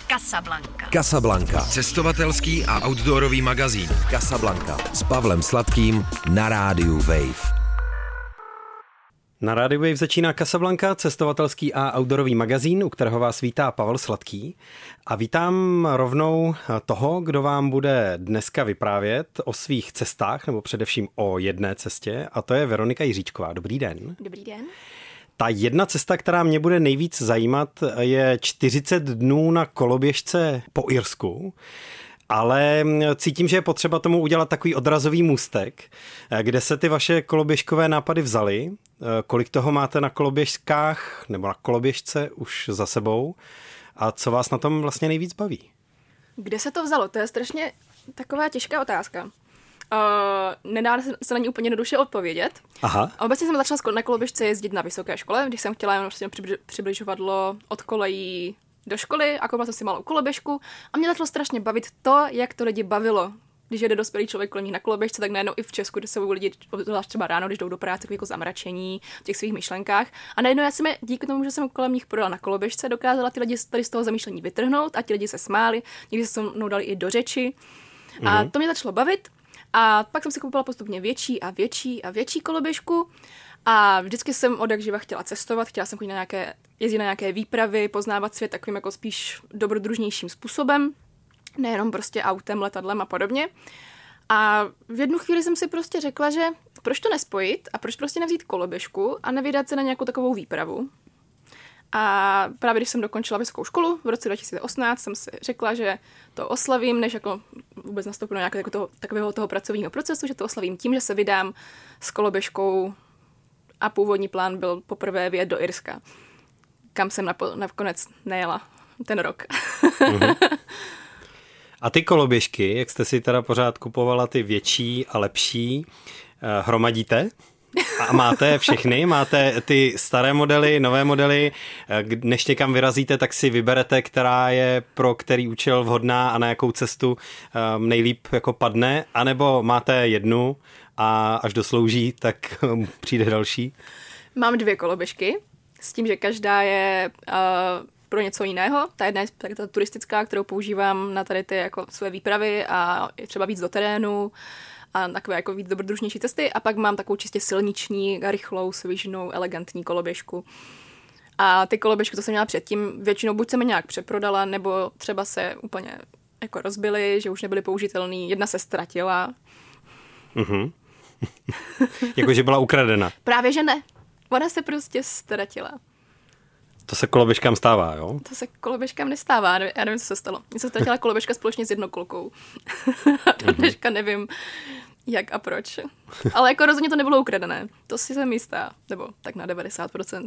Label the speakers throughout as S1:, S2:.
S1: Casablanca.
S2: Cestovatelský a outdoorový magazín.
S1: Casablanca s Pavlem Sladkým na rádiu Wave.
S3: Na rádiu Wave začíná Casablanca, cestovatelský a outdoorový magazín, u kterého vás vítá Pavel Sladký. A vítám rovnou toho, kdo vám bude dneska vyprávět o svých cestách, nebo především o jedné cestě, a to je Veronika Jiříčková. Dobrý den.
S4: Dobrý den.
S3: Ta jedna cesta, která mě bude nejvíc zajímat, je 40 dnů na koloběžce po Irsku. Ale cítím, že je potřeba tomu udělat takový odrazový můstek. Kde se ty vaše koloběžkové nápady vzaly? Kolik toho máte na koloběžkách nebo na koloběžce už za sebou? A co vás na tom vlastně nejvíc baví?
S4: Kde se to vzalo? To je strašně taková těžká otázka. Nedá se na ní úplně jednoduše odpovědět.
S3: Aha.
S4: A obecně jsem začala na koloběžce jezdit na vysoké škole, když jsem chtěla jenom přibližovadlo od kolejí do školy a koupila jsem si malou koloběžku a mě začalo strašně bavit to, jak to lidi bavilo. Když jede dospělý člověk kolem nich na koloběžce, tak najednou i v Česku, kde jsou lidi třeba ráno, když jdou do práce, jako zamračení v těch svých myšlenkách. A najednou já jsem je díky tomu, že jsem kolem nich projela na koloběžce, dokázala ty lidi tady z toho zamýšlení vytrhnout a ti lidi se smáli, někdy se mnou dali i do řeči. A to mě začalo bavit. A pak jsem si koupila postupně větší a větší a větší koloběžku. A vždycky jsem odjakživa chtěla cestovat, chtěla jsem chodit jezdit na nějaké výpravy, poznávat svět takovým jako spíš dobrodružnějším způsobem, nejenom prostě autem, letadlem a podobně. A v jednu chvíli jsem si prostě řekla, že proč to nespojit a proč prostě nevzít koloběžku a nevydat se na nějakou takovou výpravu. A právě když jsem dokončila vysokou školu v roce 2018, jsem si řekla, že to oslavím, než jako vůbec nastoupím do nějakého takového pracovního procesu, že to oslavím tím, že se vydám s koloběžkou a původní plán byl poprvé vyjet do Irska, kam jsem nakonec nejela ten rok.
S3: A ty koloběžky, jak jste si teda pořád kupovala ty větší a lepší, hromadíte? A máte všechny? Máte ty staré modely, nové modely? Než někam vyrazíte, tak si vyberete, která je pro který účel vhodná a na jakou cestu nejlíp jako padne? A nebo máte jednu a až doslouží, tak přijde další?
S4: Mám 2 koloběžky s tím, že každá je pro něco jiného. Ta jedna je ta turistická, kterou používám na tady ty jako své výpravy a třeba víc do terénu a takové jako víc dobrodružnější cesty. A pak mám takovou čistě silniční, rychlou, svižnou, elegantní koloběžku. A ty koloběžky, co jsem měla předtím, většinou buď jsem je nějak přeprodala, nebo třeba se úplně jako rozbily, že už nebyly použitelný. Jedna se ztratila.
S3: Jakože byla ukradena.
S4: Právě, že ne. Ona se prostě ztratila.
S3: To se koloběžkám stává, jo?
S4: To se koloběžkám nestává, já nevím, co se stalo. Mně se ztratila koloběžka společně s jednokolkou. A do dneška nevím, jak a proč. Ale jako rozhodně to nebylo ukradené. To si jsem jistá. Nebo tak na 90%.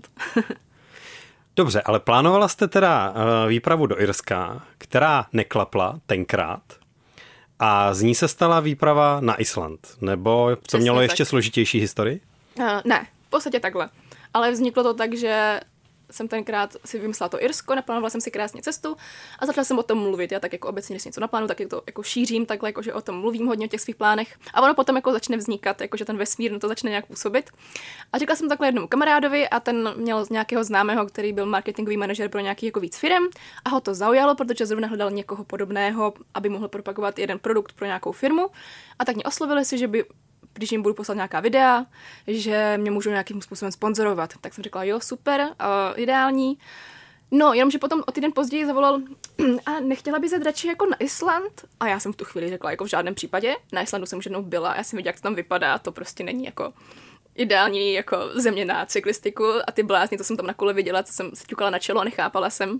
S3: Dobře, ale plánovala jste teda výpravu do Irska, která neklapla tenkrát. A z ní se stala výprava na Island. Nebo to
S4: Přesně
S3: mělo
S4: tak.
S3: ještě složitější historii?
S4: Ne, v podstatě takhle. Ale vzniklo to tak, že jsem tenkrát si vymyslela to Irsko, naplánovala jsem si krásně cestu a začala jsem o tom mluvit. Já tak jako obecně, když něco naplánuju, tak to jako šířím takhle, jako že o tom mluvím hodně o těch svých plánech a ono potom jako začne vznikat, jako že ten vesmír na to začne nějak působit. A říkala jsem takhle jednomu kamarádovi a ten měl nějakého známého, který byl marketingový manažer pro nějaký jako víc firem a ho to zaujalo, protože zrovna hledal někoho podobného, aby mohl propagovat jeden produkt pro nějakou firmu. A tak mě oslovili si, že by když jim budu poslat nějaká videa, že mě můžou nějakým způsobem sponzorovat. Tak jsem řekla, jo, super, ideální. No, jenomže potom o týden později zavolal, a nechtěla by jít radši jako na Island? A já jsem v tu chvíli řekla, jako v žádném případě. Na Islandu jsem už jednou byla, já jsem viděla, jak to tam vypadá, to prostě není jako ideální jako země na cyklistiku a ty blázni, to jsem tam na kole viděla, co jsem si ťukala na čelo a nechápala jsem.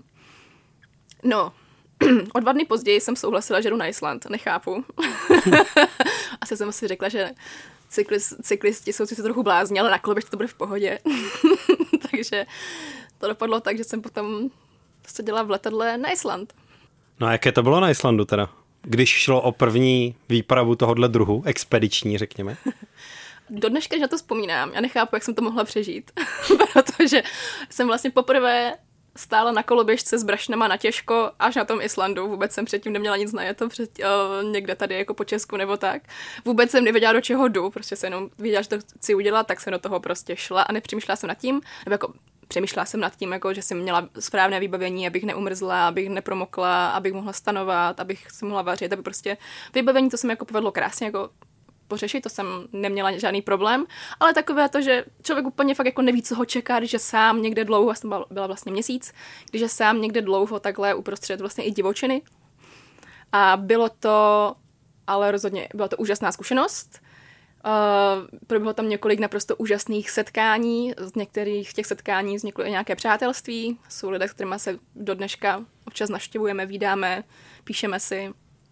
S4: No, o 2 dny později jsem souhlasila, že jdu na Island. Nechápu. Asi jsem si řekla, že cyklisti jsou si trochu blázni, ale na koloběžce to bude v pohodě. Takže to dopadlo tak, že jsem potom seděla v letadle na Island.
S3: No a jaké to bylo na Islandu teda? Když šlo o první výpravu tohohle druhu, expediční, řekněme.
S4: Do dneška, že na to vzpomínám, já nechápu, jak jsem to mohla přežít. Protože jsem vlastně poprvé stála na koloběžce s brašnama na těžko až na tom Islandu. Vůbec jsem předtím neměla nic najeto někde tady jako po Česku nebo tak. Vůbec jsem nevěděla, do čeho jdu. Prostě jsem jenom věděla, že to chci udělat, tak jsem do toho prostě šla a nepřemýšlela jsem nad tím. Nebo jako přemýšlela jsem nad tím, jako, že jsem měla správné vybavení, abych neumrzla, abych nepromokla, abych mohla stanovat, abych si mohla vařit, aby prostě vybavení to se mi jako povedlo krásně jako pořešit, to jsem neměla žádný problém, ale takové to, že člověk úplně fakt jako neví, co ho čeká, když je sám někde dlouho, já jsem byla vlastně měsíc, když je sám někde dlouho takhle uprostřed vlastně i divočiny. A bylo to, ale rozhodně byla to úžasná zkušenost. Proběhlo tam několik naprosto úžasných setkání, z některých těch setkání vzniklo i nějaké přátelství, jsou lidé, s kterými se do dneška občas navštěvujeme, vídáme, píšeme si.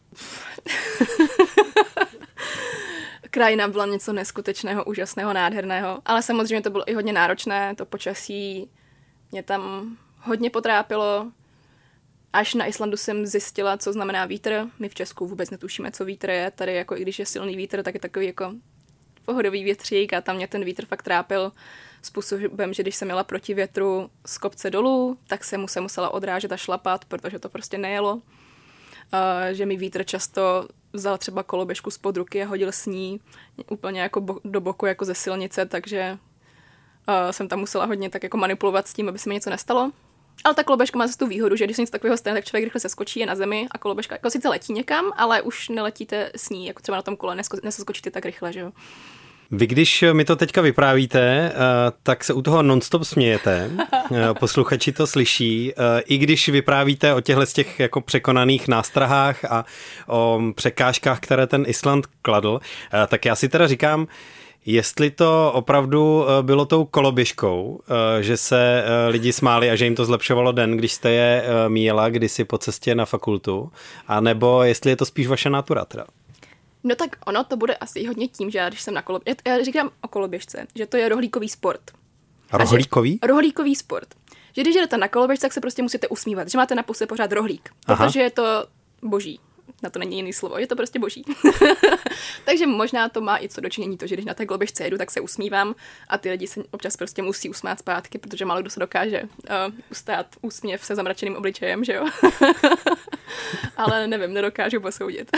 S4: Krajina byla něco neskutečného, úžasného, nádherného, ale samozřejmě to bylo i hodně náročné, to počasí mě tam hodně potrápilo. Až na Islandu jsem zjistila, co znamená vítr. My v Česku vůbec netušíme, co vítr je. Tady jako i když je silný vítr, tak je takový jako pohodový větřík a tam mě ten vítr fakt trápil způsobem, že když jsem jela proti větru z kopce dolů, tak jsem se musela odrážet a šlapat, protože to prostě nejelo. Že mi vítr často vzal třeba koloběžku spod ruky a hodil s ní úplně jako do boku, jako ze silnice, takže jsem tam musela hodně tak jako manipulovat s tím, aby se mi něco nestalo. Ale ta koloběžka má zase tu výhodu, že když se něco takového stane, tak člověk rychle se skočí, je na zemi a koloběžka jako sice letí někam, ale už neletíte s ní, jako třeba na tom kole, neseskočíte tak rychle, že jo.
S3: Vy, když mi to teďka vyprávíte, tak se u toho non-stop smějete, posluchači to slyší, i když vyprávíte o těchto z těch jako překonaných nástrahách a o překážkách, které ten Island kladl, tak já si teda říkám, jestli to opravdu bylo tou koloběžkou, že se lidi smáli a že jim to zlepšovalo den, když jste je míjela kdysi po cestě na fakultu, anebo jestli je to spíš vaše natura teda?
S4: No tak ono to bude asi hodně tím, že já když jsem na koloběžce, já říkám o koloběžce, že to je rohlíkový sport.
S3: Rohlíkový?
S4: Rohlíkový sport. Že když jdete na koloběžce, tak se prostě musíte usmívat, že máte na puse pořád rohlík, protože je to boží. Na to není jiný slovo, je to prostě boží. Takže možná to má i co dočinění to, že když na té koloběžce jedu, tak se usmívám a ty lidi se občas prostě musí usmát zpátky, protože málo kdo se dokáže ustát úsměv se zamračeným obličejem, že jo? Ale nevím, nedokážu posoudit.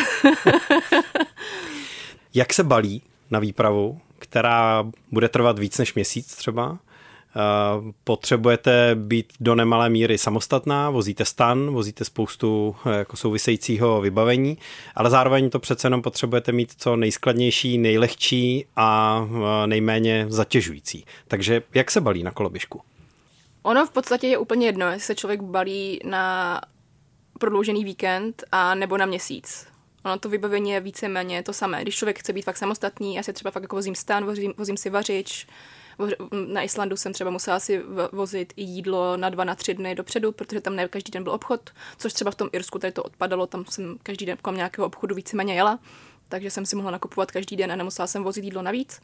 S3: Jak se balí na výpravu, která bude trvat víc než měsíc třeba? Potřebujete být do nemalé míry samostatná, vozíte stan, vozíte spoustu jako souvisejícího vybavení, ale zároveň to přece jenom potřebujete mít co nejskladnější, nejlehčí a nejméně zatěžující. Takže jak se balí na koloběžku?
S4: Ono v podstatě je úplně jedno, jestli se člověk balí na prodloužený víkend a nebo na měsíc. Ono to vybavení je víceméně to samé. Když člověk chce být fakt samostatný, já si třeba fakt jako vozím stan, vozím si vařič. Na Islandu jsem třeba musela si vozit i jídlo na 2-3 dny dopředu, protože tam ne každý den byl obchod, což třeba v tom Irsku tady to odpadalo, tam jsem každý den kolem nějakého obchodu víceméně jela, takže jsem si mohla nakupovat každý den a nemusela jsem vozit jídlo navíc.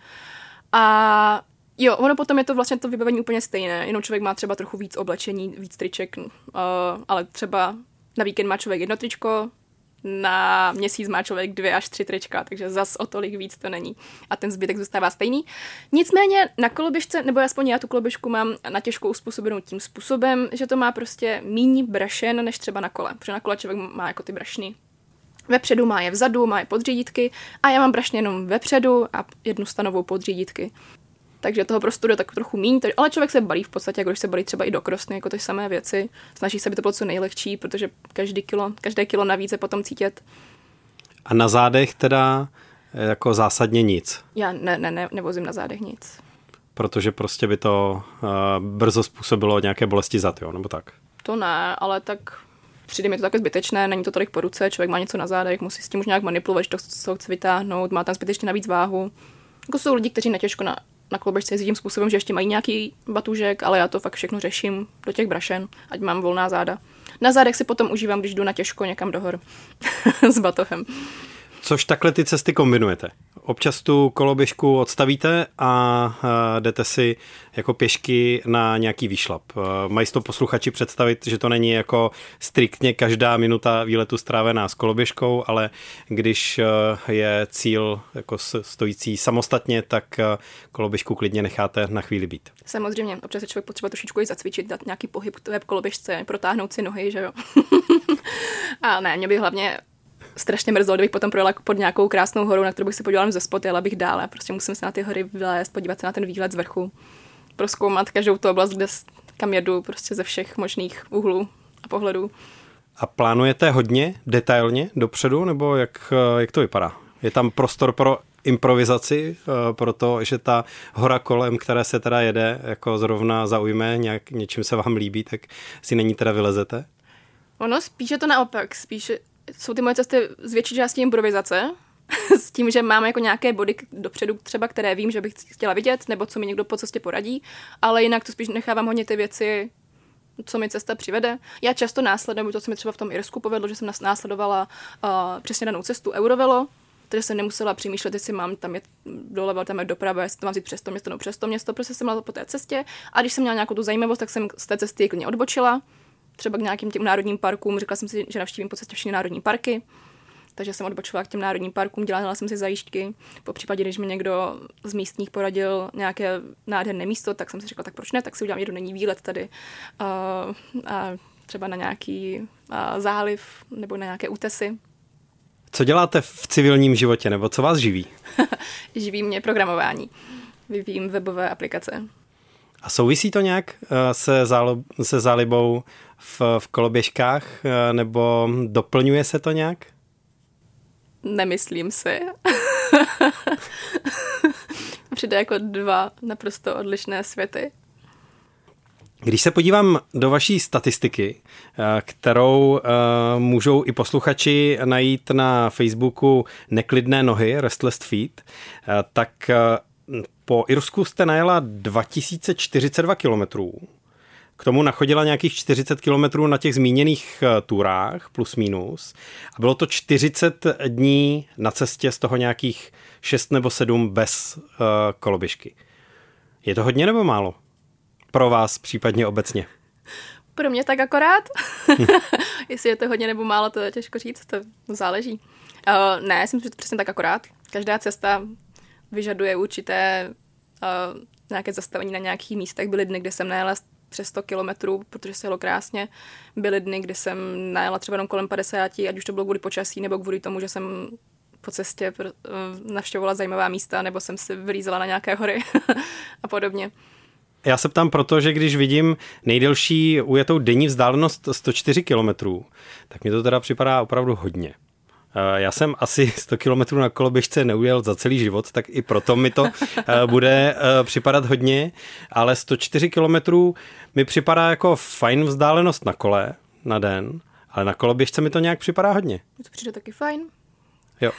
S4: A jo, ono potom je to vlastně to vybavení úplně stejné, jenom člověk má třeba trochu víc oblečení, víc triček, ale třeba na víkend má člověk jedno tričko, na měsíc má člověk 2 až 3 trička, takže zas o tolik víc to není. A ten zbytek zůstává stejný. Nicméně na koloběžce, nebo aspoň já tu koloběžku mám na těžkou uspůsobenou tím způsobem, že to má prostě míň brašen než třeba na kole. Protože na kole člověk má jako ty brašny vepředu, má je vzadu, má je podřídítky a já mám brašny jenom vepředu a jednu stanovou podřídítky. Takže toho prostoru je tak trochu míň, ale člověk se balí v podstatě, jako když se balí třeba i do krosny, jako ty samé věci. Snaží se, aby to bylo co nejlehčí, protože každé kilo navíc je potom cítit.
S3: A na zádech teda jako zásadně nic? Já
S4: nevozím na zádech nic.
S3: Protože prostě by to brzo způsobilo nějaké bolesti zad, jo, nebo tak?
S4: To ne, ale tak přijde mi to také zbytečné, není to tolik po ruce, člověk má něco na zádech, musí s tím už nějak manipulovat, že to chce vytáhnout, má tam zbytečně navíc váhu. Jako jsou lidi, kteří natěžko na koloběžce jezdí tím způsobem, že ještě mají nějaký batůžek, ale já to fakt všechno řeším do těch brašen, ať mám volná záda. Na zádech si potom užívám, když jdu na těžko někam do hor s batohem.
S3: Což takhle ty cesty kombinujete. Občas tu koloběžku odstavíte a jdete si jako pěšky na nějaký výšlap. Mají to posluchači představit, že to není jako striktně každá minuta výletu strávená s koloběžkou, ale když je cíl jako stojící samostatně, tak koloběžku klidně necháte na chvíli být.
S4: Samozřejmě, občas je člověk potřeba trošičku i zacvičit, dát nějaký pohyb v koloběžce, protáhnout si nohy, že jo. A ne, mě by hlavně strašně mrzlo, kdybych potom projela pod nějakou krásnou horu, na kterou bych se podívala ze spod, jela bych dál. Prostě musím se na ty hory vylézt, podívat se na ten výhled z vrchu, prozkoumat každou tu oblast, kde kam jedu prostě ze všech možných úhlů a pohledů.
S3: A plánujete hodně detailně dopředu, nebo jak to vypadá? Je tam prostor pro improvizaci, protože ta hora kolem, které se teda jede, jako zrovna zaujme, něčím se vám líbí, tak si není teda vylezete?
S4: Ono spíše to naopak, spíše jsou ty moje cesty z větší části improvizace, s tím, že mám jako nějaké body dopředu třeba, které vím, že bych chtěla vidět, nebo co mi někdo po cestě poradí, ale jinak to spíš nechávám hodně ty věci, co mi cesta přivede. Já často následuji, to se mi třeba v tom Irsku povedlo, že jsem následovala přesně danou cestu Eurovelo, takže jsem nemusela přemýšlet, jestli mám tam jet doleva, tam je doprava, jestli to mám vzít přes to město nebo přes to město, prostě jsem měla po té cestě. A když jsem měla nějakou tu zajímavost, tak jsem z té cesty klidně odbočila, třeba k nějakým těm národním parkům, řekla jsem si, že navštívím po cestě všechny národní parky. Takže jsem odbočovala k těm národním parkům, dělala jsem si zajížďky. Po případě, když mi někdo z místních poradil nějaké nádherné místo, tak jsem si řekla, tak proč ne, tak si udělám jednodenní výlet tady a třeba na nějaký záliv nebo na nějaké útesy.
S3: Co děláte v civilním životě, nebo co vás živí?
S4: Živí mě programování. Vyvíjím webové aplikace.
S3: A souvisí to nějak se zálibou v koloběžkách, nebo doplňuje se to nějak?
S4: Nemyslím si. Přijde jako dva naprosto odlišné světy.
S3: Když se podívám do vaší statistiky, kterou můžou i posluchači najít na Facebooku Neklidné nohy, Restless Feet, tak po Irsku jste najela 2042 kilometrů. K tomu nachodila nějakých 40 kilometrů na těch zmíněných turách, plus minus. A bylo to 40 dní na cestě, z toho nějakých 6 nebo 7 bez koloběžky. Je to hodně nebo málo? Pro vás, případně obecně?
S4: Pro mě tak akorát. Jestli je to hodně nebo málo, to je těžko říct, to záleží. Ne, jsem přesně tak akorát. Každá cesta vyžaduje určité nějaké zastavení na nějakých místech. Byly dny, kde jsem najela přes 100 kilometrů, protože se jelo krásně. Byly dny, kdy jsem najela třeba jenom kolem 50, ať už to bylo kvůli počasí, nebo kvůli tomu, že jsem po cestě navštěvovala zajímavá místa, nebo jsem si vylízela na nějaké hory a podobně.
S3: Já se ptám proto, že když vidím nejdelší ujetou denní vzdálenost 104 kilometrů, tak mi to teda připadá opravdu hodně. Já jsem asi 100 kilometrů na koloběžce neujel za celý život, tak i proto mi to bude připadat hodně, ale 104 kilometrů mi připadá jako fajn vzdálenost na kole na den, ale na koloběžce mi to nějak připadá hodně.
S4: To přijde taky fajn.
S3: Jo.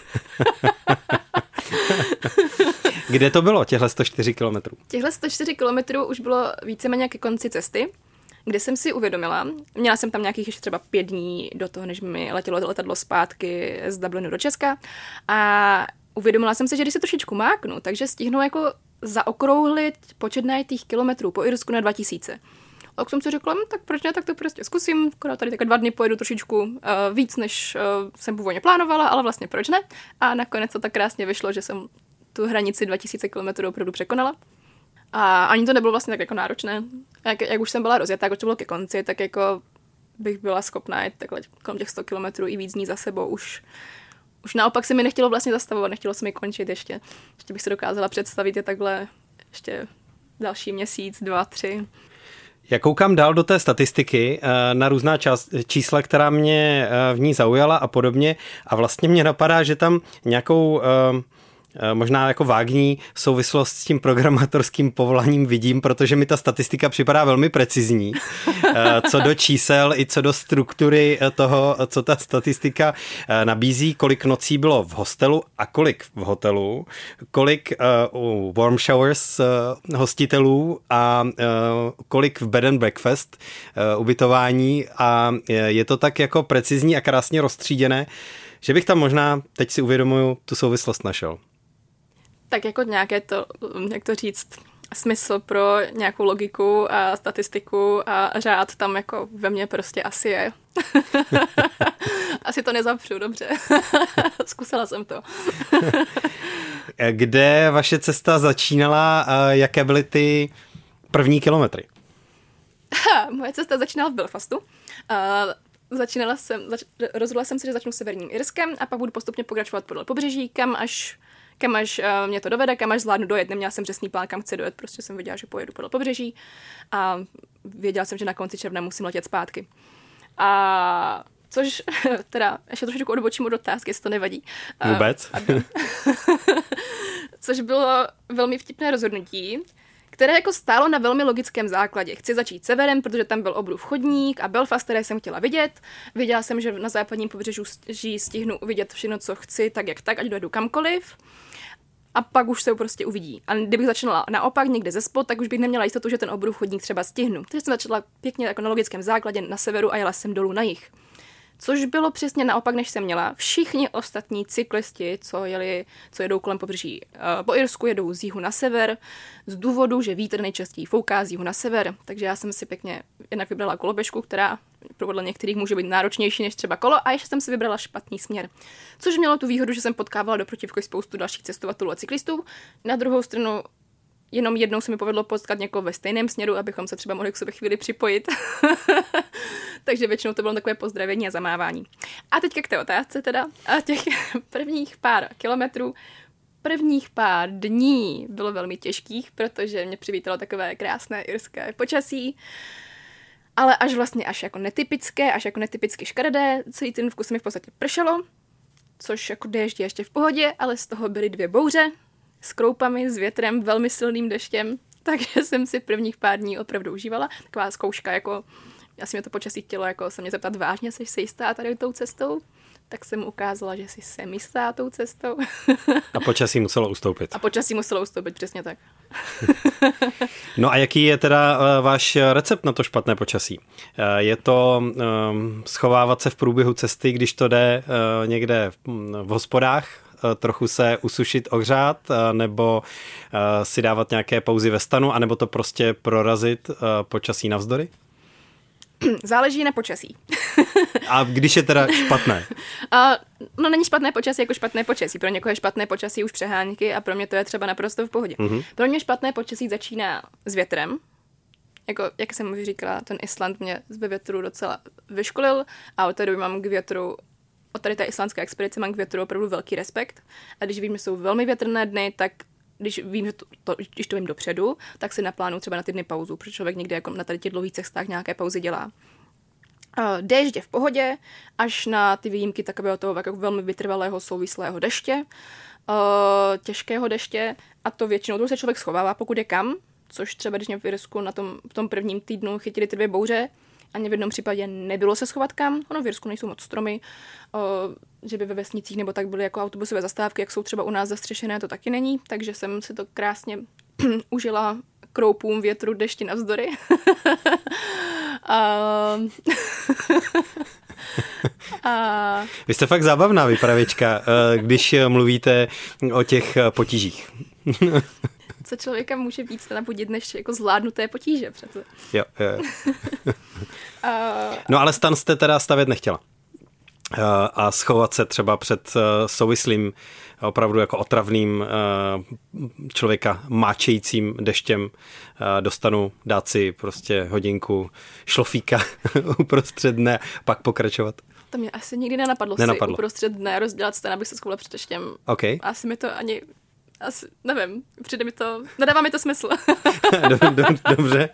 S3: Kde to bylo, těchto 104 kilometrů?
S4: Těchto 104 kilometrů už bylo víceméně ke konci cesty, kde jsem si uvědomila, měla jsem tam nějakých ještě třeba 5 dní do toho, než mi letělo letadlo zpátky z Dublinu do Česka a uvědomila jsem si, že když se trošičku máknu, takže stihnu jako zaokrouhlit počet najetých kilometrů po Irsku na 2000. Tak jsem si řekla, tak proč ne, tak to prostě zkusím, akorát tady také 2 dny pojedu trošičku víc, než jsem původně plánovala, ale vlastně proč ne. A nakonec to tak krásně vyšlo, že jsem tu hranici 2000 km opravdu překonala. A ani to nebylo vlastně tak jako náročné. Jak už jsem byla rozjetá, jak už to bylo ke konci, tak jako bych byla schopná jít takhle kolem těch 100 kilometrů i víc dní za sebou. Už naopak se mi nechtělo vlastně zastavovat, nechtělo se mi končit ještě. Ještě bych se dokázala představit je takhle ještě další měsíc, 2, 3.
S3: Já koukám dál do té statistiky na různá čísla, která mě v ní zaujala a podobně a vlastně mě napadá, že tam nějakou možná jako vágní souvislost s tím programátorským povoláním vidím, protože mi ta statistika připadá velmi precizní. Co do čísel i co do struktury toho, co ta statistika nabízí, kolik nocí bylo v hostelu a kolik v hotelu, kolik u warm showers hostitelů a kolik v bed and breakfast ubytování a je to tak jako precizní a krásně rozstříděné, že bych tam možná, teď si uvědomuju, tu souvislost našel.
S4: Tak jako nějaké to, jak to říct, smysl pro nějakou logiku a statistiku a řád tam jako ve mně prostě asi je. Asi to nezapřu, dobře. Zkusila jsem to.
S3: Kde vaše cesta začínala a jaké byly ty první kilometry?
S4: Moje cesta začínala v Belfastu. Rozhodla jsem se, že začnu severním Irskem a pak budu postupně pokračovat podle pobřeží, kam až kam až mě to dovede, kam až zvládnu dojet. Neměla jsem přesný plán, kam chci dojet, prostě jsem věděla, že pojedu podle pobřeží a věděla jsem, že na konci června musím letět zpátky. A což teda ještě trošku odbočím od otázky, jestli to nevadí.
S3: Vůbec?
S4: Což bylo velmi vtipné rozhodnutí, které jako stálo na velmi logickém základě. Chci začít severem, protože tam byl Obrův chodník a Belfast, které jsem chtěla vidět. Věděla jsem, že na západním pobřeží stihnu vidět všechno, co chci, tak jak tak, ať dojedu kamkoliv. A pak už se prostě uvidí. A kdybych začala naopak někde ze spod, tak už bych neměla jistotu, že ten Obrův chodník třeba stihnu. Takže jsem začala pěkně jako na logickém základě na severu a jela jsem dolů na jih. Což bylo přesně naopak, než jsem měla. Všichni ostatní cyklisti, co jedou kolem pobřeží po Irsku, jedou z jihu na sever, z důvodu, že vítr nejčastěji fouká z jihu na sever. Takže já jsem si pěkně jednak vybrala koloběžku, která podle některých může být náročnější než třeba kolo, a ještě jsem si vybrala špatný směr. Což mělo tu výhodu, že jsem potkávala do protivky spoustu dalších cestovatelů a cyklistů. Na druhou stranu jenom jednou se mi povedlo potkat někoho ve stejném směru, abychom se třeba mohli k sobě chvíli připojit. Takže většinou to bylo takové pozdravění a zamávání. A teďka k té otázce teda. A těch prvních pár kilometrů, prvních pár dní bylo velmi těžkých, protože mě přivítalo takové krásné irské počasí. Ale až jako netypicky škaredé, celý ten vkus mi v podstatě pršelo, což jako déšť je ještě v pohodě, ale z toho byly 2 bouře, s kroupami, s větrem, velmi silným deštěm, takže jsem si prvních pár dní opravdu užívala. Taková zkouška, jako asi mě to počasí chtělo jako se mě zeptat vážně, jsi se jistá tady tou cestou? Tak jsem mu ukázala, že si jsem jistá tou cestou.
S3: A počasí muselo ustoupit.
S4: Přesně tak.
S3: No a jaký je teda váš recept na to špatné počasí? Je to schovávat se v průběhu cesty, když to jde někde v hospodách, trochu se usušit, ohřát, nebo si dávat nějaké pauzy ve stanu, anebo to prostě prorazit počasí navzdory?
S4: Záleží na počasí.
S3: A když je teda špatné?
S4: No není špatné počasí jako špatné počasí. Pro někoho je špatné počasí už přehánky a pro mě to je třeba naprosto v pohodě. Mm-hmm. Pro mě špatné počasí začíná s větrem. Jako, jak jsem už říkala, ten Island mě ve větru docela vyškolil a od té doby mám k větru, od tady té islandské expedice mám k větru opravdu velký respekt. A když vím, že jsou velmi větrné dny, tak když vím, že když to vím dopředu, tak si naplánuju třeba na ty dny pauzu, protože člověk někde jako na tady těch dlouhých cestách nějaké pauzy dělá. Déšť je v pohodě, až na ty výjimky takového toho jako velmi vytrvalého souvislého deště, těžkého deště, a to většinou to se člověk schovává, pokud je kam, což třeba když mě v Irsku v tom prvním týdnu chytili ty 2 bouře, ani v jednom případě nebylo se schovat kam. Ono v Irsku nejsou moc stromy, že by ve vesnicích nebo tak byly jako autobusové zastávky, jak jsou třeba u nás zastřešené, to taky není, takže jsem si to krásně užila kroupům, větru, dešti navzdory.
S3: Vy jste fakt zábavná vypravěčka, když mluvíte o těch potížích.
S4: Co člověka může víc nabudit než jako zvládnuté potíže přece.
S3: Jo. No ale stan jste teda stavět nechtěla. A schovat se třeba před souvislým, opravdu jako otravným člověka máčejícím deštěm do stanu, dát si prostě hodinku šlofíka uprostřed dne, pak pokračovat.
S4: To mě asi nikdy nenapadlo. Si uprostřed dne rozdělat stan, abych se schovala před deštěm.
S3: Okay.
S4: Asi mi to ani... nevím, přijde mi to... Nedává mi to smysl.
S3: Dobře.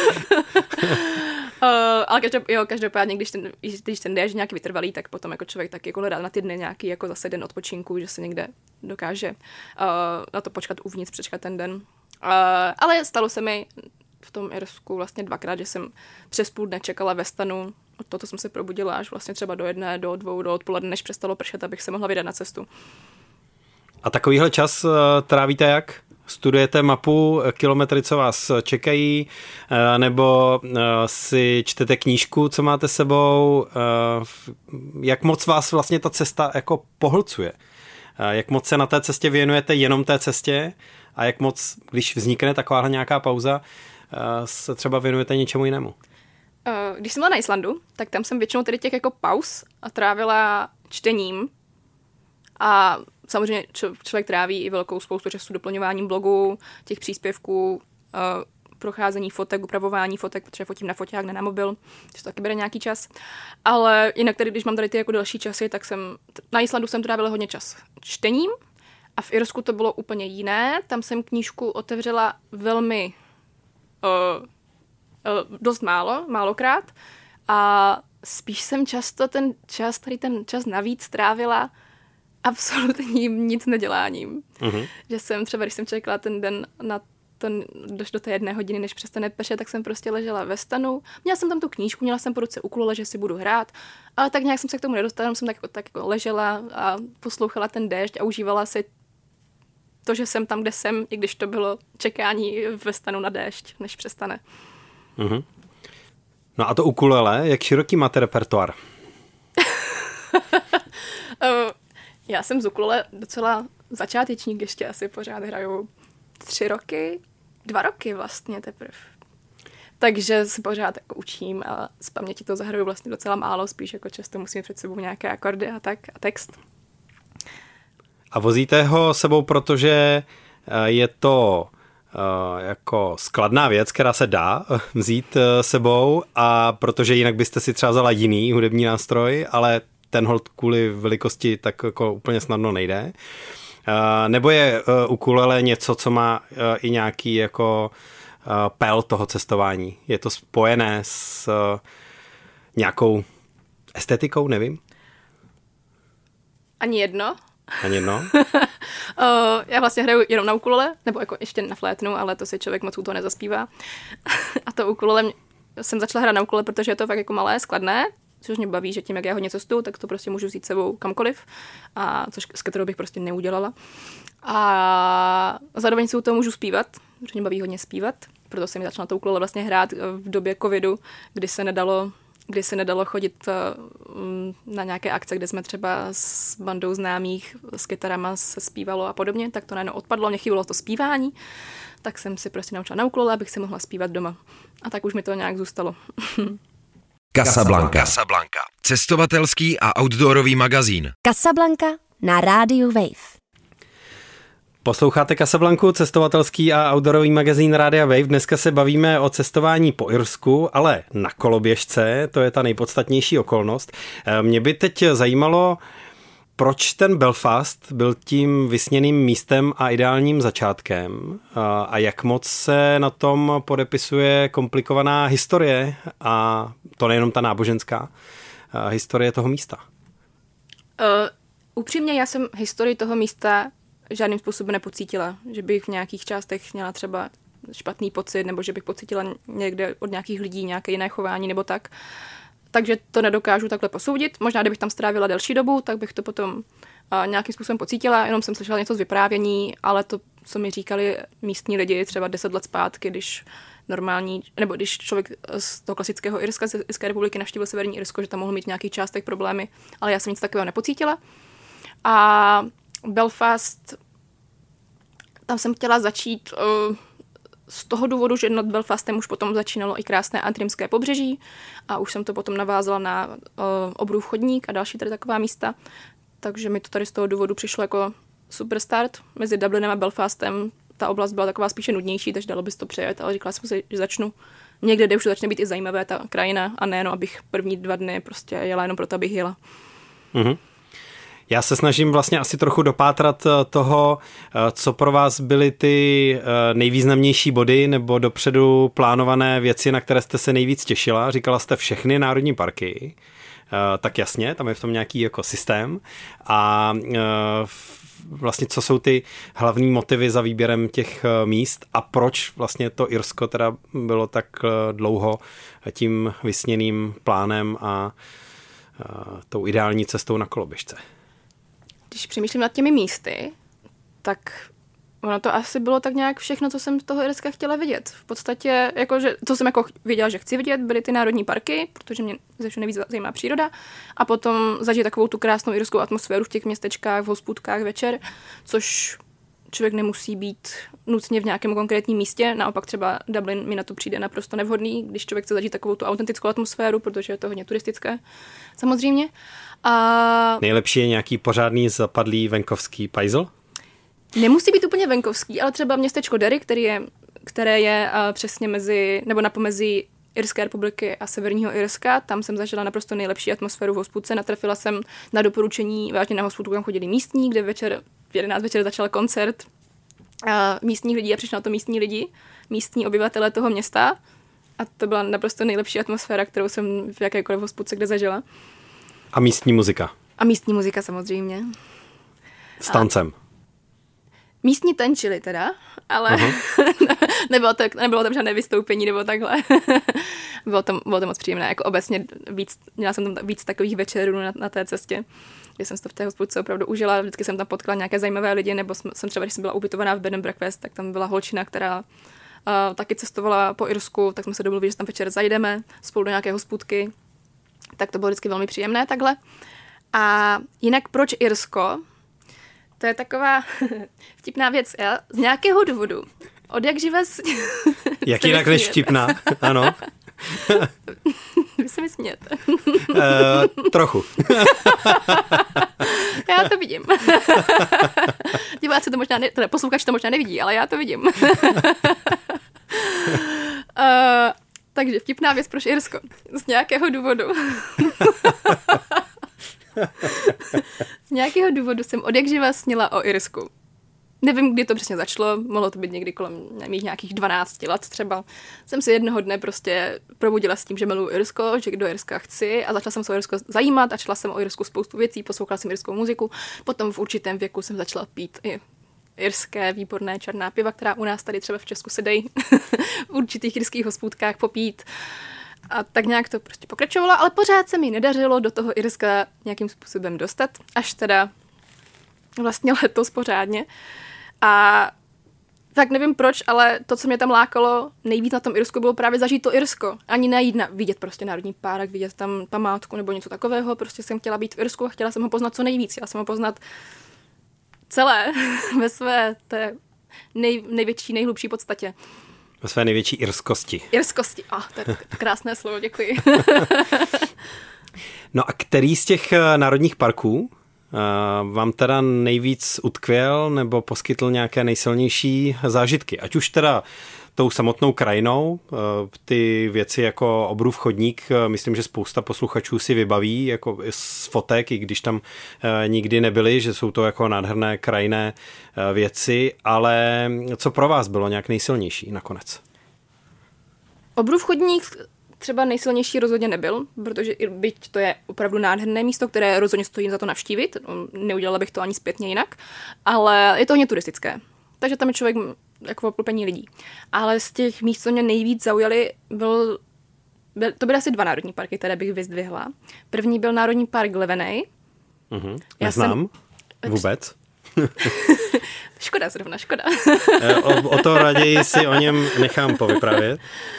S4: Ale každopádně, když ten déšť nějaký vytrvalý, tak potom jako člověk taky jako hledá na ty dny nějaký jako zase den odpočinku, že se někde dokáže na to počkat uvnitř, přečkat ten den. Ale stalo se mi v tom Irsku vlastně 2krát, že jsem přes půl dne čekala ve stanu. Od toho jsem se probudila až vlastně třeba do 1, do 2, do odpoledne, než přestalo pršet, abych se mohla vydat na cestu.
S3: A takovýhle čas trávíte jak? Studujete mapu, kilometry, co vás čekají, nebo si čtete knížku, co máte sebou? Jak moc vás vlastně ta cesta jako pohlcuje? Jak moc se na té cestě věnujete jenom té cestě? A jak moc, když vznikne takováhle nějaká pauza, se třeba věnujete něčemu jinému?
S4: Když jsem byla na Islandu, tak tam jsem většinou tedy těch jako pauz a trávila čtením. A samozřejmě člověk tráví i velkou spoustu času doplňováním blogu, těch příspěvků, procházení fotek, upravování fotek, protože fotím na foťák, ne na mobil, což to taky bere nějaký čas. Ale jinak tady, když mám tady ty jako další časy, tak na Islandu jsem trávila hodně čas čtením A v Irsku to bylo úplně jiné. Tam jsem knížku otevřela velmi dost málokrát a spíš jsem často ten čas navíc trávila absolutním nic neděláním. Že jsem třeba, když jsem čekala ten den na to do té 1 hodiny, než přestane pršet, tak jsem prostě ležela ve stanu. Měla jsem tam tu knížku, měla jsem po ruce ukulele, že si budu hrát, ale tak nějak jsem se k tomu nedostala, jsem tak jako ležela a poslouchala ten déšť a užívala si to, že jsem tam, kde jsem, i když to bylo čekání ve stanu na déšť, než přestane.
S3: No a to ukulele, jak široký máte repertoár?
S4: Já jsem z ukulele docela začátečník, ještě asi pořád hraju 3 roky, 2 roky vlastně teprve. Takže se pořád jako učím a z paměti to zahraju vlastně docela málo, spíš jako často musím před sebou nějaké akordy a tak a text.
S3: A vozíte ho sebou, protože je to jako skladná věc, která se dá vzít sebou, a protože jinak byste si třeba vzala jiný hudební nástroj, ale ten holt kvůli velikosti tak jako úplně snadno nejde. Nebo je ukulele něco, co má i nějaký jako pel toho cestování? Je to spojené s nějakou estetikou, nevím?
S4: Ani jedno.
S3: Ani jedno?
S4: Já vlastně hraju jenom na ukulele, nebo jako ještě na flétnu, ale to si člověk moc u toho nezaspívá. A to ukulele jsem začala hrát na ukulele, protože je to fakt jako malé, skladné, což mě baví, že tím, jak já hodně cestuju, tak to prostě můžu vzít sebou kamkoliv, a což s kterou bych prostě neudělala. A zároveň si u toho můžu zpívat, protože mě baví hodně zpívat, proto jsem začala to ukulele vlastně hrát v době covidu, kdy se nedalo chodit na nějaké akce, kde jsme třeba s bandou známých, s kytarama se zpívalo a podobně, tak to najednou odpadlo, mě chybilo to zpívání, tak jsem si prostě naučila na ukulele, abych si mohla zpívat doma. A tak už mi to nějak zůstalo.
S1: Casablanca.
S2: Cestovatelský a outdoorový magazín.
S5: Casablanca na rádiu Wave.
S3: Posloucháte Casablanku, cestovatelský a outdoorový magazín Rádia Wave. Dneska se bavíme o cestování po Irsku, ale na koloběžce, to je ta nejpodstatnější okolnost. Mě by teď zajímalo, proč ten Belfast byl tím vysněným místem a ideálním začátkem a jak moc se na tom podepisuje komplikovaná historie, a to nejenom ta náboženská historie toho místa.
S4: Upřímně, já jsem historii toho místa žádným způsobem nepocítila, že bych v nějakých částech měla třeba špatný pocit, nebo že bych pocítila někde od nějakých lidí nějaké jiné chování nebo tak. Takže to nedokážu takhle posoudit. Možná, kdybych tam strávila delší dobu, tak bych to potom nějakým způsobem pocítila. Jenom jsem slyšela něco z vyprávění, ale to, co mi říkali místní lidi třeba 10 let zpátky, když když člověk z toho klasického Irska, z Irské republiky navštívil Severní Irsko, že tam mohl mít v nějakých částech problémy, ale já jsem nic takového nepocítila. A Belfast, tam jsem chtěla začít z toho důvodu, že nad Belfastem už potom začínalo i krásné Antrimské pobřeží a už jsem to potom navázala na Obrův chodník a další tady taková místa, takže mi to tady z toho důvodu přišlo jako super start. Mezi Dublinem a Belfastem ta oblast byla taková spíše nudnější, takže dalo by se to přejet, ale říkala jsem si, že začnu někde, kde už to začne být i zajímavé ta krajina, a nejenom, abych první 2 dny prostě jela jenom proto, abych jela.
S3: Mhm. Já se snažím vlastně asi trochu dopátrat toho, co pro vás byly ty nejvýznamnější body nebo dopředu plánované věci, na které jste se nejvíc těšila. Říkala jste všechny národní parky, tak jasně, tam je v tom nějaký jako systém. A vlastně co jsou ty hlavní motivy za výběrem těch míst a proč vlastně to Irsko teda bylo tak dlouho tím vysněným plánem a tou ideální cestou na koloběžce?
S4: Když přemýšlím nad těmi místy, tak ono to asi bylo tak nějak všechno, co jsem z toho Irska chtěla vidět. V podstatě, jakože, co jsem jako věděla, že chci vidět, byly ty národní parky, protože mě ze všeho nejvíc zajímá příroda, a potom zažít takovou tu krásnou irskou atmosféru v těch městečkách, v hospůdkách večer, což člověk nemusí být nutně v nějakém konkrétním místě. Naopak třeba Dublin mi na to přijde naprosto nevhodný, když člověk chce zažít takovou tu autentickou atmosféru, protože je to hodně turistické, samozřejmě. A
S3: nejlepší je nějaký pořádný zapadlý venkovský pajzl?
S4: Nemusí být úplně venkovský, ale třeba městečko Derry, které je přesně na pomezí Irské republiky a Severního Irska. Tam jsem zažila naprosto nejlepší atmosféru v hospůdce. Natrefila jsem na doporučení vážně na hospůdku, kam chodili místní, kde večer v 11 večer začal koncert místních lidí a přišli na to místní lidi, místní obyvatele toho města a to byla naprosto nejlepší atmosféra, kterou jsem v jakékoliv hospůdce kde zažila.
S3: A místní muzika.
S4: A místní muzika samozřejmě.
S3: S tancem.
S4: Místní tančili teda, ale nebylo tam žádné vystoupení nebo takhle. bylo to moc příjemné, jako obecně měla jsem tam víc takových večerů na té cestě, kdy jsem si to v té hospůdce opravdu užila, vždycky jsem tam potkala nějaké zajímavé lidi, nebo jsem třeba, když jsem byla ubytovaná v bed and breakfast, tak tam byla holčina, která taky cestovala po Irsku, tak jsme se domluvili, že tam večer zajdeme spolu do nějaké hospůdky, tak to bylo vždycky velmi příjemné takhle. A jinak proč Irsko? To je taková vtipná věc. Já z nějakého důvodu, od jak živa...
S3: Jak jinak než vtipná, ano.
S4: Vy se mi smějete.
S3: Trochu.
S4: Já to vidím. Diváci to možná, posluchač to možná nevidí, ale já to vidím. Takže vtipná věc, proč Irsko? Z nějakého důvodu. Z nějakého důvodu jsem odjakživa snila o Irsku. Nevím, kdy to přesně začalo, mohlo to být někdy kolem mých nějakých 12 let třeba. Jsem se jednoho dne prostě probudila s tím, že miluji Irsko, že do Irska chci a začala jsem se o Irsko zajímat a četla jsem o Irsku spoustu věcí, poslouchala jsem irskou muziku. Potom v určitém věku jsem začala pít i irské výborné černá piva, která u nás tady třeba v Česku se dají v určitých irských hospůdkách popít. A tak nějak to prostě pokračovalo, ale pořád se mi nedařilo do toho Irska nějakým způsobem dostat, až teda vlastně letos pořádně. A tak nevím proč, ale to, co mě tam lákalo nejvíc na tom Irsku, bylo právě zažít to Irsko. Ani najít vidět prostě národní park, vidět tam památku nebo něco takového. Prostě jsem chtěla být v Irsku a chtěla jsem ho poznat co nejvíc. Chtěla jsem ho poznat celé ve své té největší, nejhlubší podstatě.
S3: Ve své největší irskosti.
S4: Irskosti, to je krásné slovo, děkuji.
S3: No a který z těch národních parků vám teda nejvíc utkvěl nebo poskytl nějaké nejsilnější zážitky? Ať už teda tou samotnou krajinou, ty věci jako Obrův chodník, myslím, že spousta posluchačů si vybaví jako z fotek, i když tam nikdy nebyli, že jsou to jako nádherné krajinné věci, ale co pro vás bylo nějak nejsilnější nakonec?
S4: Obrův chodník třeba nejsilnější rozhodně nebyl, protože byť to je opravdu nádherné místo, které rozhodně stojí za to navštívit, neudělala bych to ani zpětně jinak, ale je to hodně turistické. Takže tam je člověk jako obklopení lidí. Ale z těch míst, co mě nejvíc zaujaly, to byly asi 2 národní parky, které bych vyzdvihla. První byl národní park Levenej.
S3: Neznám vůbec.
S4: Škoda.
S3: O to raději si o něm nechám povyprávět.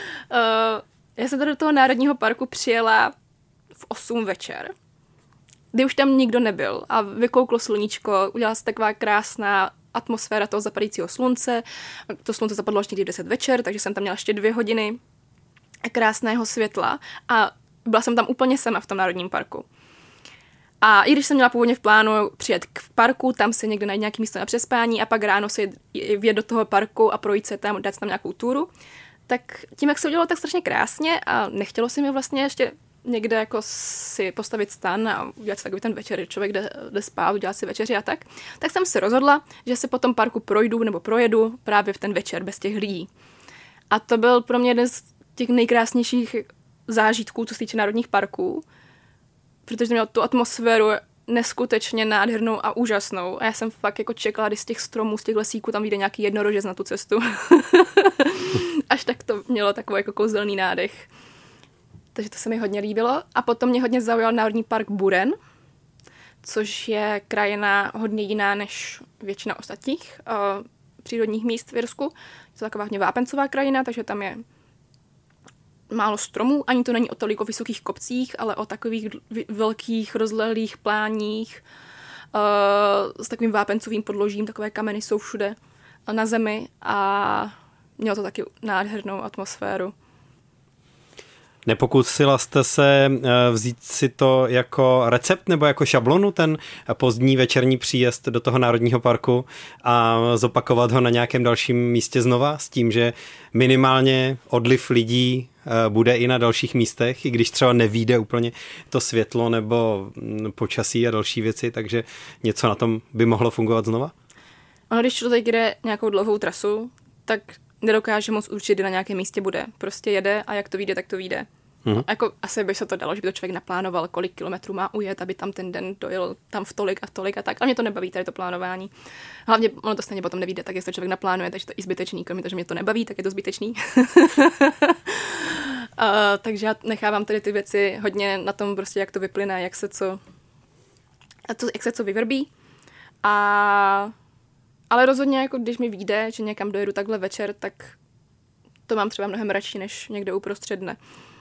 S4: Já jsem tady do toho národního parku přijela v 8 večer, kdy už tam nikdo nebyl a vykouklo sluníčko, udělala se taková krásná atmosféra toho zapadajícího slunce. To slunce zapadlo až někdy v 10 večer, takže jsem tam měla ještě 2 hodiny krásného světla a byla jsem tam úplně sama v tom národním parku. A i když jsem měla původně v plánu přijet k parku, tam si někde najít nějaké místo na přespání a pak ráno si vjet do toho parku a projít se tam, dát tam nějakou túru, tak tím, jak se udělalo tak strašně krásně a nechtělo se mi vlastně ještě někde jako si postavit stan a udělat si takový ten večer, kdy člověk jde spát, udělat si večeři a tak jsem se rozhodla, že se po tom parku projedu právě v ten večer bez těch lidí. A to byl pro mě jeden z těch nejkrásnějších zážitků, co se týče národních parků, protože měl tu atmosféru neskutečně nádhernou a úžasnou. A já jsem fakt jako čekala, když z těch stromů, z těch lesíků tam vyjde nějaký jednorožec na tu cestu. Až tak to mělo takový jako kouzelný nádech. Takže to se mi hodně líbilo. A potom mě hodně zaujal národní park Buren, což je krajina hodně jiná než většina ostatních přírodních míst v Irsku. Je to taková hodně vápencová krajina, takže tam je málo stromů, ani to není o toliko vysokých kopcích, ale o takových velkých rozlehlých pláních s takovým vápencovým podložím, takové kameny jsou všude na zemi a mělo to taky nádhernou atmosféru.
S3: Nepokusila jste se vzít si to jako recept nebo jako šablonu, ten pozdní večerní příjezd do toho národního parku a zopakovat ho na nějakém dalším místě znova s tím, že minimálně odliv lidí bude i na dalších místech, i když třeba nevyjde úplně to světlo nebo počasí a další věci, takže něco na tom by mohlo fungovat znova?
S4: Ono, když člověk jde nějakou dlouhou trasu, tak nedokáže moc určit, kdy na nějakém místě bude. Prostě jede a jak to vyjde, tak to vyjde. Jako, asi by se to dalo, že by to člověk naplánoval, kolik kilometrů má ujet, aby tam ten den dojel tam v tolik a tak. A mě to nebaví, tady to plánování. Hlavně ono to stejně potom nevyjde, tak jestli to člověk naplánuje, takže to je i zbytečný. Kromě toho, že mě to nebaví, tak je to zbytečný. Takže já nechávám tady ty věci hodně na tom, prostě, jak to vyplyne, jak se co vyvrbí. Ale rozhodně, jako když mi vyjde, že někam dojedu takhle večer, tak to mám třeba mnohem radši, než někde uprostřed dne.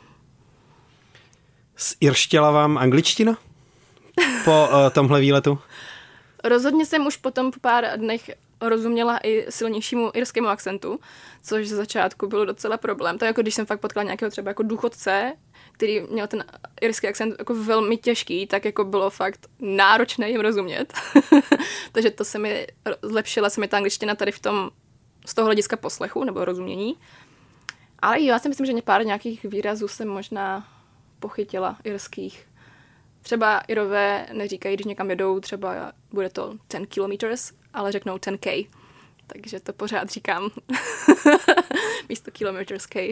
S3: Zirštěla vám angličtina po tomhle výletu?
S4: Rozhodně jsem už potom po pár dnech rozuměla i silnějšímu irskému akcentu, což ze začátku bylo docela problém. To je jako když jsem fakt potkala nějakého třeba jako důchodce, který měl ten irský akcent jako velmi těžký, tak jako bylo fakt náročné jim rozumět. Takže to zlepšila se mi ta angličtina tady z toho hlediska poslechu nebo rozumění. Ale já si myslím, že pár nějakých výrazů jsem možná pochytila irských. Třeba Irové neříkají, když někam jedou, třeba bude to 10 kilometers, ale řeknou 10K. Takže to pořád říkám. Místo kilometers K.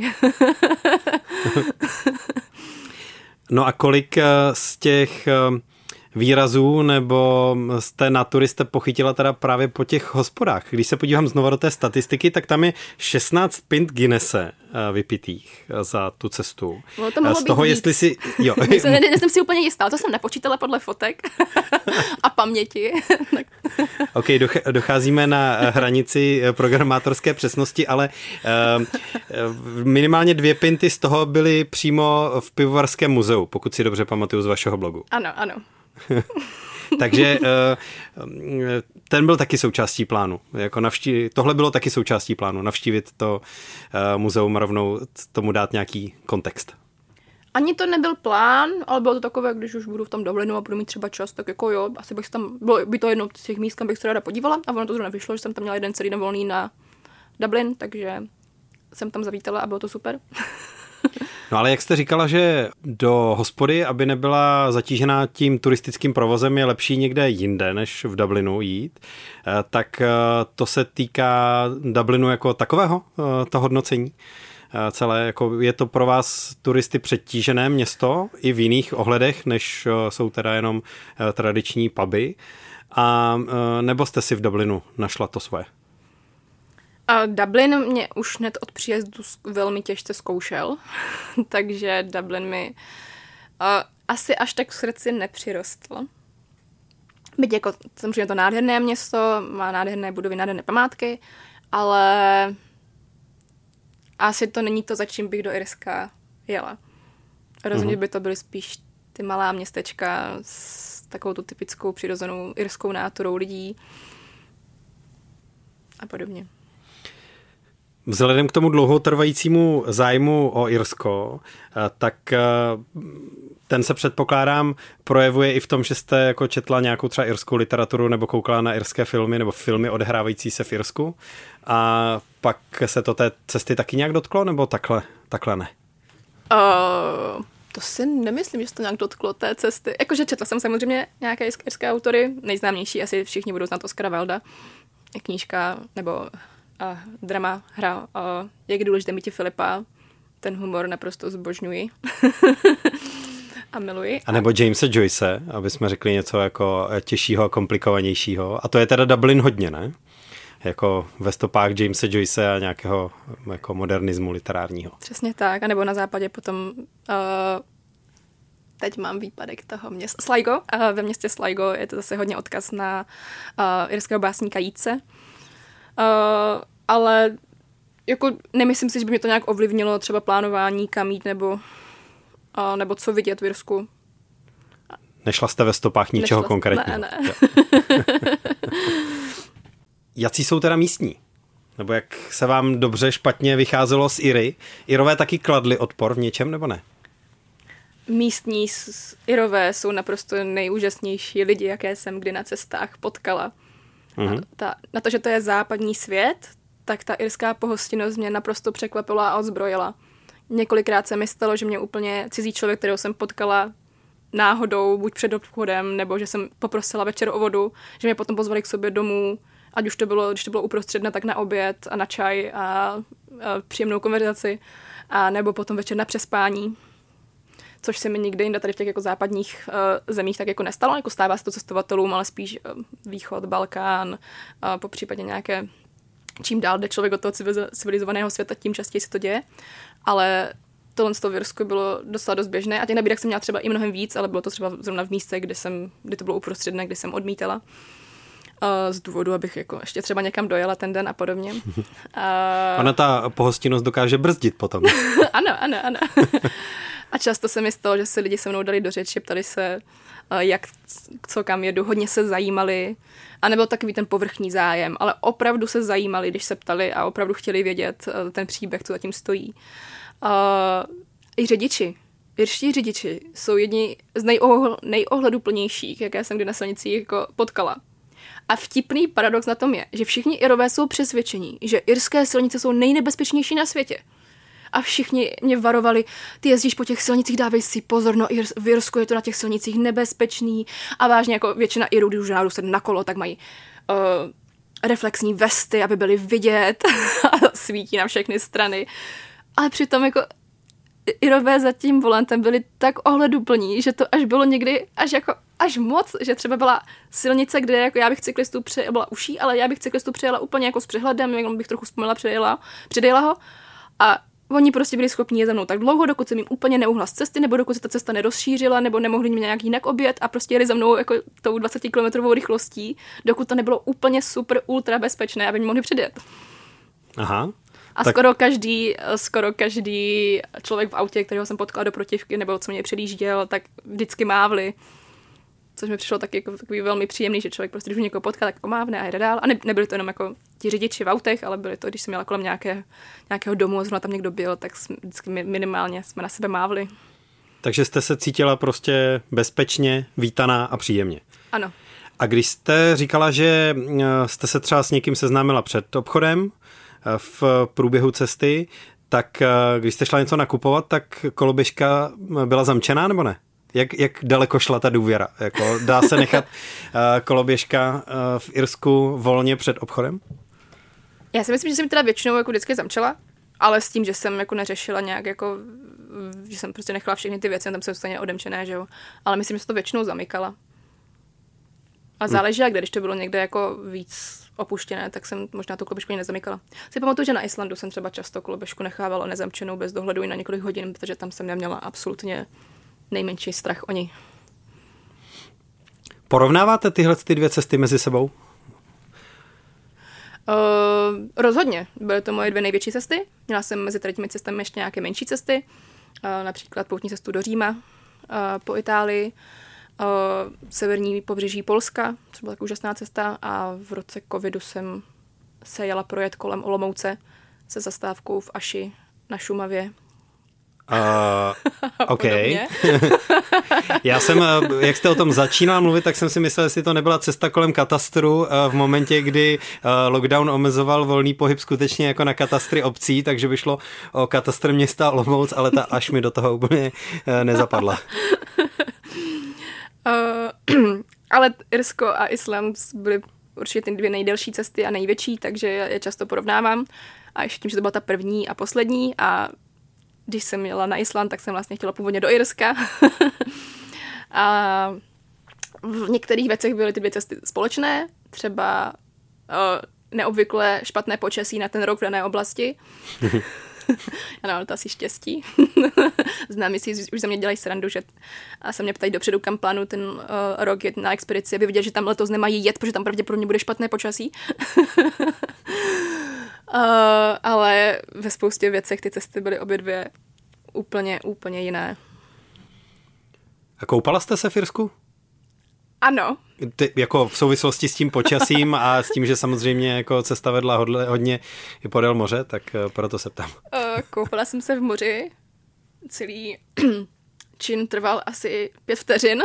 S3: No a kolik z těch výrazů nebo z té natury jste pochytila teda právě po těch hospodách? Když se podívám znova do té statistiky, tak tam je 16 pint Guinnesse vypitých za tu cestu.
S4: No, to mohlo
S3: z toho,
S4: být
S3: jestli si... Jo.
S4: Nejsem si úplně jistá, to jsem nepočítala podle fotek a paměti.
S3: OK, docházíme na hranici programátorské přesnosti, ale minimálně 2 pinty z toho byly přímo v pivovarském muzeu, pokud si dobře pamatuju z vašeho blogu.
S4: Ano.
S3: Takže ten byl taky součástí plánu. Jako tohle bylo taky součástí plánu. Navštívit to muzeum a rovnou tomu dát nějaký kontext.
S4: Ani to nebyl plán, ale bylo to takové, když už budu v tom Dublinu a budu mít třeba čas, tak jako jo, asi bych tam, bylo by to jedno z těch míst, kam bych se ráda podívala a ono to zrovna vyšlo, že jsem tam měla jeden celý den volný na Dublin, takže jsem tam zavítala a bylo to super.
S3: No ale jak jste říkala, že do hospody, aby nebyla zatížená tím turistickým provozem, je lepší někde jinde, než v Dublinu jít, tak to se týká Dublinu jako takového, to hodnocení celé, jako je to pro vás turisty přetížené město i v jiných ohledech, než jsou teda jenom tradiční puby, a nebo jste si v Dublinu našla to svoje?
S4: A Dublin mě už hned od příjezdu velmi těžce zkoušel, takže Dublin mi asi až tak v srdci nepřirostl. Byť jako samozřejmě to nádherné město, má nádherné budovy, nádherné památky, ale asi to není to, za čím bych do Irska jela. Rozhodně by to byly spíš ty malá městečka s takovou tu typickou přirozenou irskou náturou lidí a podobně.
S3: Vzhledem k tomu dlouhotrvajícímu zájmu o Irsko, tak ten se předpokládám projevuje i v tom, že jste jako četla nějakou třeba irskou literaturu nebo koukala na irské filmy nebo filmy odehrávající se v Irsku a pak se to té cesty taky nějak dotklo nebo takhle ne?
S4: To si nemyslím, že se to nějak dotklo té cesty. Jakože četla jsem samozřejmě nějaké irské autory, nejznámější asi všichni budou znát Oscara Wilda, knížka nebo drama, hra Jak důležité mít Filipa. Ten humor naprosto zbožňuji a miluji.
S3: A nebo Jamesa Joyce, aby jsme řekli něco jako těžšího a komplikovanějšího. A to je teda Dublin hodně, ne? Jako ve stopách Jamesa Joyce a nějakého jako modernismu literárního.
S4: Přesně tak. A nebo na západě potom teď mám výpadek toho města. Sligo. Ve městě Sligo je to zase hodně odkaz na irského básníka Yeatse. Ale jako nemyslím si, že by mě to nějak ovlivnilo třeba plánování, kam jít nebo co vidět v Irsku.
S3: Nešla jste ve stopách ničeho konkrétního?
S4: Ne.
S3: Jací jsou teda místní? Nebo jak se vám dobře, špatně vycházelo z Iry? Irové taky kladli odpor v něčem, nebo ne?
S4: Místní Irové jsou naprosto nejúžasnější lidi, jaké jsem kdy na cestách potkala. Na to, že to je západní svět, tak ta irská pohostinnost mě naprosto překvapila a odzbrojila. Několikrát se mi stalo, že mě úplně cizí člověk, kterého jsem potkala náhodou, buď před obchodem, nebo že jsem poprosila večer o vodu, že mě potom pozvali k sobě domů Ať už to bylo, když to bylo uprostřed, tak na oběd a na čaj a příjemnou konverzaci, a nebo potom večer na přespání. Což se mi nikdy jinde tady v těch jako západních zemích tak jako nestalo. Jako stává se to cestovatelům, ale spíš východ, Balkán, popřípadě nějaké, čím dál jde člověk od toho civilizovaného světa, tím častěji se to děje. Ale tohle v Irsku bylo docela dost běžné a těch nabídek jsem měla třeba i mnohem víc, ale bylo to třeba zrovna v místě, kdy to bylo uprostředné, kdy jsem odmítala. Z důvodu, abych jako ještě třeba někam dojela ten den a podobně.
S3: Ona ta pohostinnost dokáže brzdit potom.
S4: Ano. A často se mi stalo, že se lidi se mnou dali do řeči, ptali se, jak, co, kam jedu, hodně se zajímali. A nebyl takový ten povrchní zájem, ale opravdu se zajímali, když se ptali a opravdu chtěli vědět ten příběh, co zatím stojí. I řidiči. Irští řidiči jsou jedni z nejohleduplnějších, jaké jsem kdy na silnicích jako potkala. A vtipný paradox na tom je, že všichni Irové jsou přesvědčení, že irské silnice jsou nejnebezpečnější na světě. A všichni mě varovali, ty jezdíš po těch silnicích, dávej si pozor, no v Irsku je to na těch silnicích nebezpečný. A vážně jako většina Irů, když už náhodou se na kolo, tak mají reflexní vesty, aby byly vidět a svítí na všechny strany. Ale přitom jako Irové za tím volantem byli tak ohleduplní, že to až bylo někdy až moc, že třeba byla silnice, kde jako já bych cyklistů byla uší, ale já bych cyklistů přejela úplně jako s přehledem, jenom bych trochu vzpomněla, předjela ho. A oni prostě byli schopni je za mnou tak dlouho, dokud jsem jim úplně neuhla z cesty, nebo dokud se ta cesta nerozšířila, nebo nemohli mě nějak jinak objet a prostě jeli za mnou jako tou 20 km rychlostí, dokud to nebylo úplně super ultra bezpečné, aby mě mohli předjet.
S3: Aha.
S4: A tak skoro každý člověk v autě, kterého jsem potkala do protivky, nebo co mě předjížděl, tak vždycky mávli. Což mi přišlo taky jako takový velmi příjemný, že člověk prostě, když někoho potká, tak mávne a jede dál. A nebyli to jenom jako ti řidiči v autech, ale byli to, když jsem jela kolem nějakého domu a zrovna tam někdo byl, tak vždycky minimálně jsme na sebe mávli.
S3: Takže jste se cítila prostě bezpečně, vítaná a příjemně.
S4: Ano.
S3: A když jste říkala, že jste se třeba s někým seznámila před obchodem v průběhu cesty, tak když jste šla něco nakupovat, tak koloběžka byla zamčená nebo ne? Jak daleko šla ta důvěra? Jako, dá se nechat koloběžka v Irsku volně před obchodem?
S4: Já si myslím, že jsem teda většinou jako vždycky zamčela, ale s tím, že jsem jako neřešila nějak jako, že jsem prostě nechala všechny ty věci, tam jsou stejně odemčené, že jo. Ale myslím, že se to většinou zamykala. A záleží, když to bylo někde jako víc opuštěné, tak jsem možná tu koloběžku nezamykala. Si pamatuju, že na Islandu jsem třeba často koloběžku nechávala nezamčenou bez dohledu i na několik hodin, protože tam jsem neměla absolutně nejmenší strach o ní.
S3: Porovnáváte tyhle ty dvě cesty mezi sebou?
S4: Rozhodně. Byly to moje dvě největší cesty. Měla jsem mezi těmi cestami ještě nějaké menší cesty, například poutní cestu do Říma, po Itálii, severní pobřeží Polska, což byla tak úžasná cesta, a v roce covidu jsem se jela projet kolem Olomouce se zastávkou v Aši na Šumavě.
S3: OK. Já jsem, jak jste o tom začínala mluvit, tak jsem si myslel, jestli to nebyla cesta kolem katastru v momentě, kdy lockdown omezoval volný pohyb skutečně jako na katastry obcí, takže by šlo o katastr města Olomouc, ale ta až mi do toho úplně nezapadla.
S4: Ale Irsko a Island byly určitě ty dvě nejdelší cesty a největší, takže je často porovnávám. A ještě tím, že to byla ta první a poslední, a když jsem jela na Island, tak jsem vlastně chtěla původně do Irska. A v některých věcech byly ty dvě cesty společné, třeba neobvykle špatné počasí na ten rok v dané oblasti. Ano, to asi štěstí. Znám, jestli už za mě dělají srandu, že se mě ptají dopředu, kam plánu ten rok jet na expedici, aby viděli, že tam letos nemají jet, protože tam pravděpodobně bude špatné počasí. Ale ve spoustě věcech ty cesty byly obě dvě úplně jiné.
S3: A koupala jste se v Irsku?
S4: Ano.
S3: Jako v souvislosti s tím počasím a s tím, že samozřejmě jako cesta vedla hodně i podél moře, tak proto se ptám.
S4: Koupala jsem se v moři. Celý čin trval asi 5 vteřin.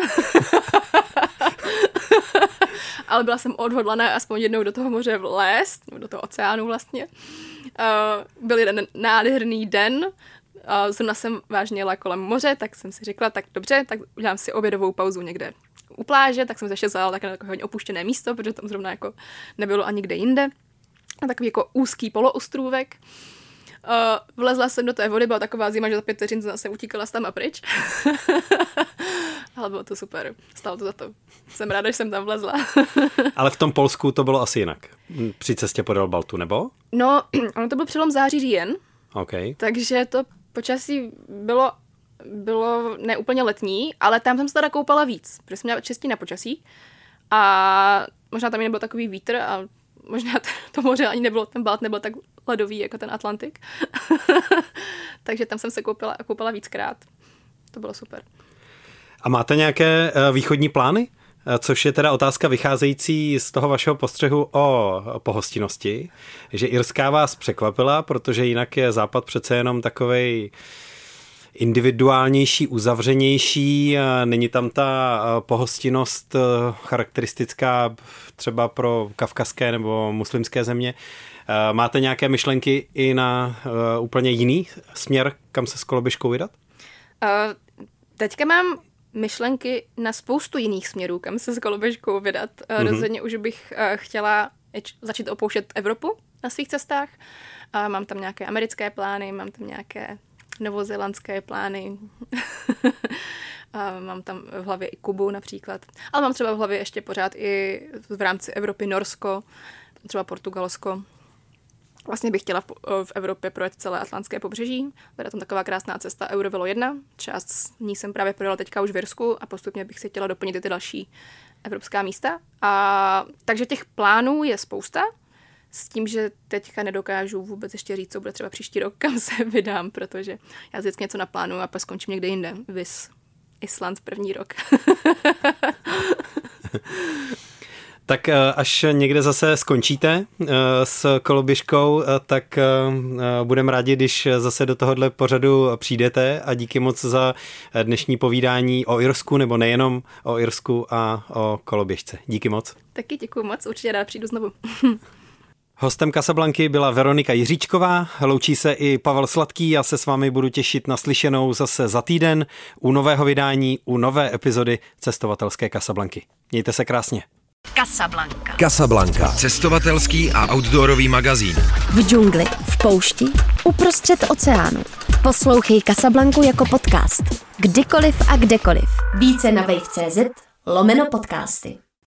S4: Ale byla jsem odhodlaná aspoň jednou do toho moře vlézt, do toho oceánu vlastně. Byl jeden nádherný den. Zrovna jsem vážně jela kolem moře, tak jsem si řekla, tak dobře, tak udělám si obědovou pauzu někde u pláže, tak jsem se ještě zajela takové hodně opuštěné místo, protože tam zrovna jako nebylo ani kde jinde. A takový jako úzký poloostrůvek. Vlezla jsem do té vody, byla taková zima, že za 5 vteřin jsem utíkala tam a pryč. Ale bylo to super, stalo to za to. Jsem ráda, že jsem tam vlezla.
S3: Ale v tom Polsku to bylo asi jinak. Při cestě podél Baltu, nebo?
S4: No, ono to byl přelom září říjen.
S3: Okay.
S4: Takže to počasí bylo neúplně letní, ale tam jsem se teda koupala víc, protože jsem měla čestí na počasí. A možná tam nebyl takový vítr a možná to moře ani nebylo, ten Balt nebyl tak ledový jako ten Atlantik. Takže tam jsem se koupala víckrát. To bylo super. A
S3: máte nějaké východní plány? Což je teda otázka vycházející z toho vašeho postřehu o pohostinnosti, že irská vás překvapila, protože jinak je Západ přece jenom takovej individuálnější, uzavřenější, není tam ta pohostinnost charakteristická třeba pro kavkazské nebo muslimské země. Máte nějaké myšlenky i na úplně jiný směr, kam se s koloběžkou vydat?
S4: Teďka mám myšlenky na spoustu jiných směrů, kam se s koloběžkou vydat. Rozhodně už bych chtěla začít opouštět Evropu na svých cestách. Mám tam nějaké americké plány, mám tam nějaké novozélandské plány. Mám tam v hlavě i Kubu například. Ale mám třeba v hlavě ještě pořád i v rámci Evropy Norsko, třeba Portugalsko. Vlastně bych chtěla v Evropě projet celé atlantské pobřeží. Bude tam taková krásná cesta Eurovelo 1. Část z ní jsem právě projela teďka už v Irsku a postupně bych si chtěla doplnit i ty další evropská místa. Takže těch plánů je spousta. S tím, že teďka nedokážu vůbec ještě říct, co bude třeba příští rok, kam se vydám, protože já vždycky něco naplánuju a pak skončím někde jinde. Vis Island první rok.
S3: Tak až někde zase skončíte s koloběžkou, tak budeme rádi, když zase do tohohle pořadu přijdete a díky moc za dnešní povídání o Irsku, nebo nejenom o Irsku a o koloběžce. Díky moc.
S4: Taky děkuju moc, určitě rád přijdu znovu.
S3: Hostem Casablanky byla Veronika Jiříčková, loučí se i Pavel Sladký, já se s vámi budu těšit na slyšenou zase za týden u nového vydání, u nové epizody cestovatelské Casablanky. Mějte se krásně.
S1: Casablanca.
S2: Cestovatelský a outdoorový magazín.
S5: V džungli, v poušti, uprostřed oceánu. Poslouchej Casablanku jako podcast. Kdykoliv a kdekoliv. Více na wave.cz/podcasty.